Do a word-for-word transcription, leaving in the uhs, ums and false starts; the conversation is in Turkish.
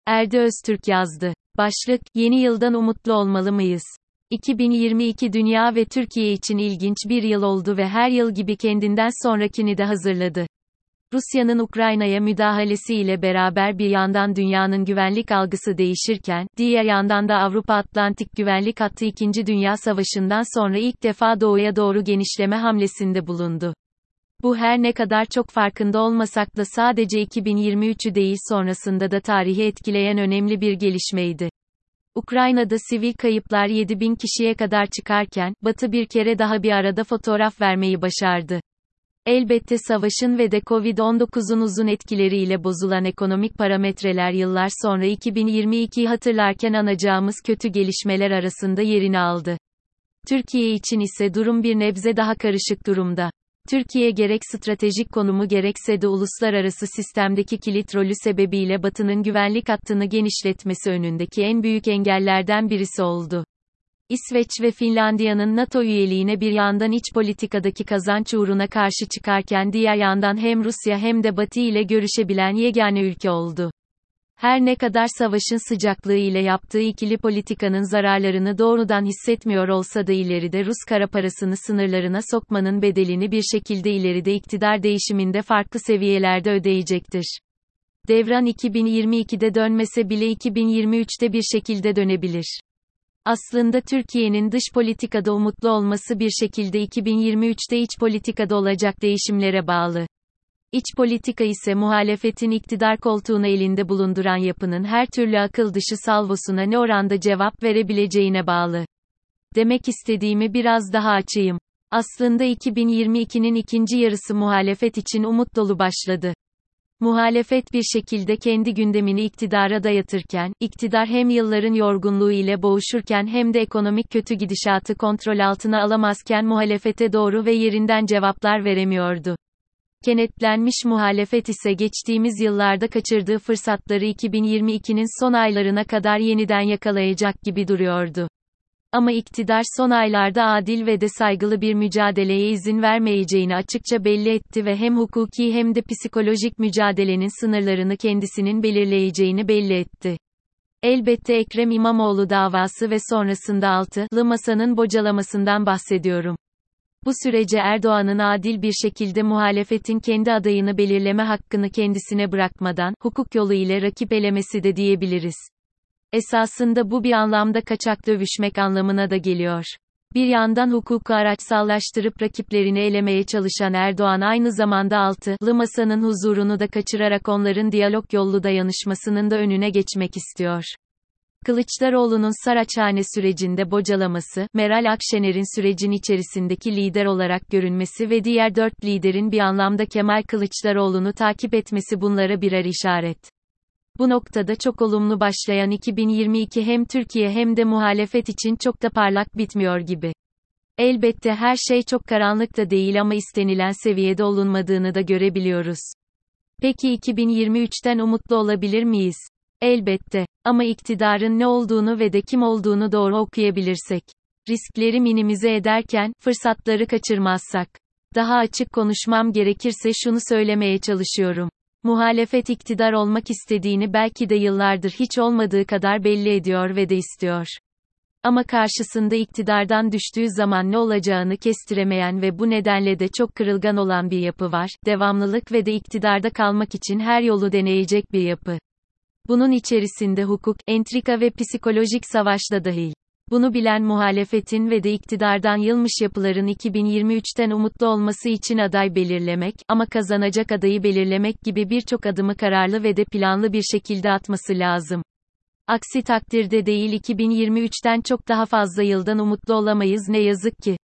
Erdi Öztürk yazdı. Başlık, yeni yıldan umutlu olmalı mıyız? iki bin yirmi iki dünya ve Türkiye için ilginç bir yıl oldu ve her yıl gibi kendinden sonrakini de hazırladı. Rusya'nın Ukrayna'ya müdahalesi ile beraber bir yandan dünyanın güvenlik algısı değişirken, diğer yandan da Avrupa Atlantik Güvenlik Hattı ikinci. Dünya Savaşı'ndan sonra ilk defa doğuya doğru genişleme hamlesinde bulundu. Bu her ne kadar çok farkında olmasak da sadece iki bin yirmi üçü değil sonrasında da tarihi etkileyen önemli bir gelişmeydi. Ukrayna'da sivil kayıplar yedi bin kişiye kadar çıkarken, Batı bir kere daha bir arada fotoğraf vermeyi başardı. Elbette savaşın ve de Covid on dokuzun uzun etkileriyle bozulan ekonomik parametreler yıllar sonra iki bin yirmi ikiyi hatırlarken anacağımız kötü gelişmeler arasında yerini aldı. Türkiye için ise durum bir nebze daha karışık durumda. Türkiye gerek stratejik konumu gerekse de uluslararası sistemdeki kilit rolü sebebiyle Batı'nın güvenlik hattını genişletmesi önündeki en büyük engellerden birisi oldu. İsveç ve Finlandiya'nın NATO üyeliğine bir yandan iç politikadaki kazanç uğruna karşı çıkarken diğer yandan hem Rusya hem de Batı ile görüşebilen yegane ülke oldu. Her ne kadar savaşın sıcaklığı ile yaptığı ikili politikanın zararlarını doğrudan hissetmiyor olsa da ileride Rus kara parasını sınırlarına sokmanın bedelini bir şekilde ileride iktidar değişiminde farklı seviyelerde ödeyecektir. Devran iki bin yirmi ikide dönmese bile iki bin yirmi üçte bir şekilde dönebilir. Aslında Türkiye'nin dış politikada umutlu olması bir şekilde iki bin yirmi üçte iç politikada olacak değişimlere bağlı. İç politika ise muhalefetin iktidar koltuğunu elinde bulunduran yapının her türlü akıl dışı salvosuna ne oranda cevap verebileceğine bağlı. Demek istediğimi biraz daha açayım. Aslında iki bin yirmi ikinin ikinci yarısı muhalefet için umut dolu başladı. Muhalefet bir şekilde kendi gündemini iktidara dayatırken, iktidar hem yılların yorgunluğu ile boğuşurken hem de ekonomik kötü gidişatı kontrol altına alamazken muhalefete doğru ve yerinden cevaplar veremiyordu. Kenetlenmiş muhalefet ise geçtiğimiz yıllarda kaçırdığı fırsatları iki bin yirmi ikinin son aylarına kadar yeniden yakalayacak gibi duruyordu. Ama iktidar son aylarda adil ve de saygılı bir mücadeleye izin vermeyeceğini açıkça belli etti ve hem hukuki hem de psikolojik mücadelenin sınırlarını kendisinin belirleyeceğini belli etti. Elbette Ekrem İmamoğlu davası ve sonrasında altılı masanın bocalamasından bahsediyorum. Bu sürece Erdoğan'ın adil bir şekilde muhalefetin kendi adayını belirleme hakkını kendisine bırakmadan, hukuk yolu ile rakip elemesi de diyebiliriz. Esasında bu bir anlamda kaçak dövüşmek anlamına da geliyor. Bir yandan hukuku araçsallaştırıp rakiplerini elemeye çalışan Erdoğan aynı zamanda altılı masanın huzurunu da kaçırarak onların diyalog yollu dayanışmasının da önüne geçmek istiyor. Kılıçdaroğlu'nun Saraçhane sürecinde bocalaması, Meral Akşener'in sürecin içerisindeki lider olarak görünmesi ve diğer dört liderin bir anlamda Kemal Kılıçdaroğlu'nu takip etmesi bunlara birer işaret. Bu noktada çok olumlu başlayan iki bin yirmi iki hem Türkiye hem de muhalefet için çok da parlak bitmiyor gibi. Elbette her şey çok karanlık da değil ama istenilen seviyede olunmadığını da görebiliyoruz. Peki iki bin yirmi üçten umutlu olabilir miyiz? Elbette. Ama iktidarın ne olduğunu ve de kim olduğunu doğru okuyabilirsek. Riskleri minimize ederken, fırsatları kaçırmazsak. Daha açık konuşmam gerekirse şunu söylemeye çalışıyorum. Muhalefet iktidar olmak istediğini belki de yıllardır hiç olmadığı kadar belli ediyor ve de istiyor. Ama karşısında iktidardan düştüğü zaman ne olacağını kestiremeyen ve bu nedenle de çok kırılgan olan bir yapı var, devamlılık ve de iktidarda kalmak için her yolu deneyecek bir yapı. Bunun içerisinde hukuk, entrika ve psikolojik savaş da dahil. Bunu bilen muhalefetin ve de iktidardan yılmış yapıların iki bin yirmi üçten umutlu olması için aday belirlemek, ama kazanacak adayı belirlemek gibi birçok adımı kararlı ve de planlı bir şekilde atması lazım. Aksi takdirde değil iki bin yirmi üçten çok daha fazla yıldan umutlu olamayız ne yazık ki.